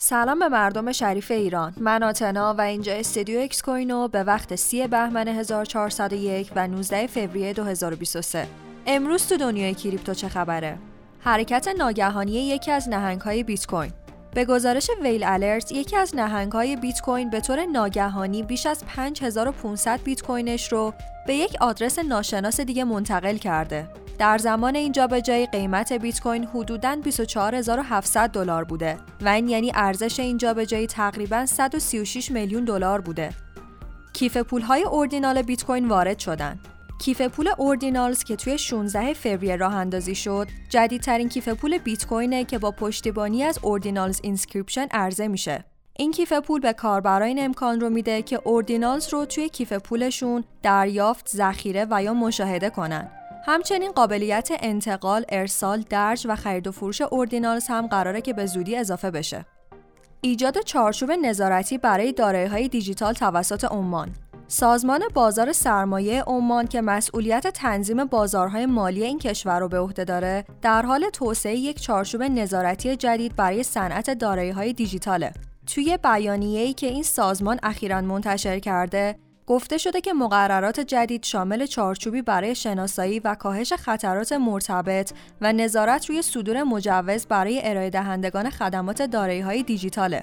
سلام به مردم شریف ایران. من آتنا و اینجا استودیو اکس کوینو به وقت 30 بهمن 1401 و 19 فوریه 2023. امروز تو دنیای کریپتو چه خبره؟ حرکت ناگهانی یکی از نهنگ‌های بیت کوین. به گزارش ویل الرت، یکی از نهنگ‌های بیت کوین به طور ناگهانی بیش از 5500 بیت کوینش رو به یک آدرس ناشناس دیگه منتقل کرده. در زمان این جابجایی قیمت بیت کوین حدوداً 24700 دلار بوده و این یعنی ارزش این جابجایی تقریباً 136 میلیون دلار بوده. کیف پول‌های اوردینال بیت کوین وارد شدن. کیف پول اوردینالز که توی 16 فوریه راه اندازی شد، جدیدترین کیف پول بیت کوینه که با پشتیبانی از اوردینالز اینسکریپشن عرضه میشه. این کیف پول به کاربران امکان رو میده که اوردینالز رو توی کیف پولشون دریافت، ذخیره و یا مشاهده کنن. همچنین قابلیت انتقال، ارسال، درج و خرید و فروش اوردینالز هم قراره که به زودی اضافه بشه. ایجاد چارچوب نظارتی برای دارایی‌های دیجیتال توسط عمان. سازمان بازار سرمایه عمان که مسئولیت تنظیم بازارهای مالی این کشور رو به عهده داره، در حال توسعه یک چارچوب نظارتی جدید برای صنعت دارایی‌های دیجیتاله. توی بیانیه‌ای که این سازمان اخیراً منتشر کرده، گفته شده که مقررات جدید شامل چارچوبی برای شناسایی و کاهش خطرات مرتبط و نظارت روی صدور مجوز برای ارائه دهندگان خدمات دارایی‌های دیجیتاله.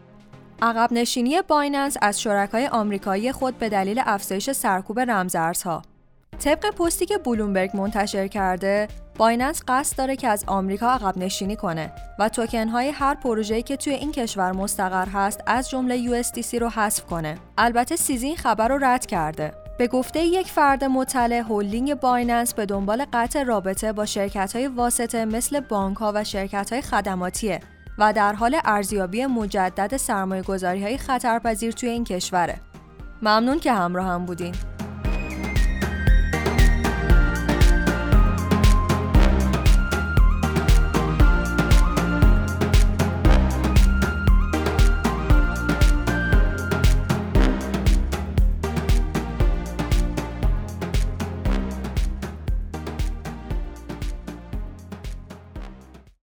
عقب نشینی بایننس از شرکای آمریکایی خود به دلیل افزایش سرکوب رمزارزها. طبق پستی که بلومبرگ منتشر کرده، بایننس قصد داره که از آمریکا عقب نشینی کنه و توکن‌های هر پروژه‌ای که توی این کشور مستقر هست از جمله USDC رو حذف کنه. البته سیزی این خبر رو رد کرده. به گفته یک فرد مطلع، هولدینگ بایننس به دنبال قطع رابطه با شرکت‌های واسطه مثل بانک‌ها و شرکت‌های خدماتیه و در حال ارزیابی مجدد سرمایه‌گذاری‌های خطرپذیر توی این کشوره. ممنون که همراه هم بودین.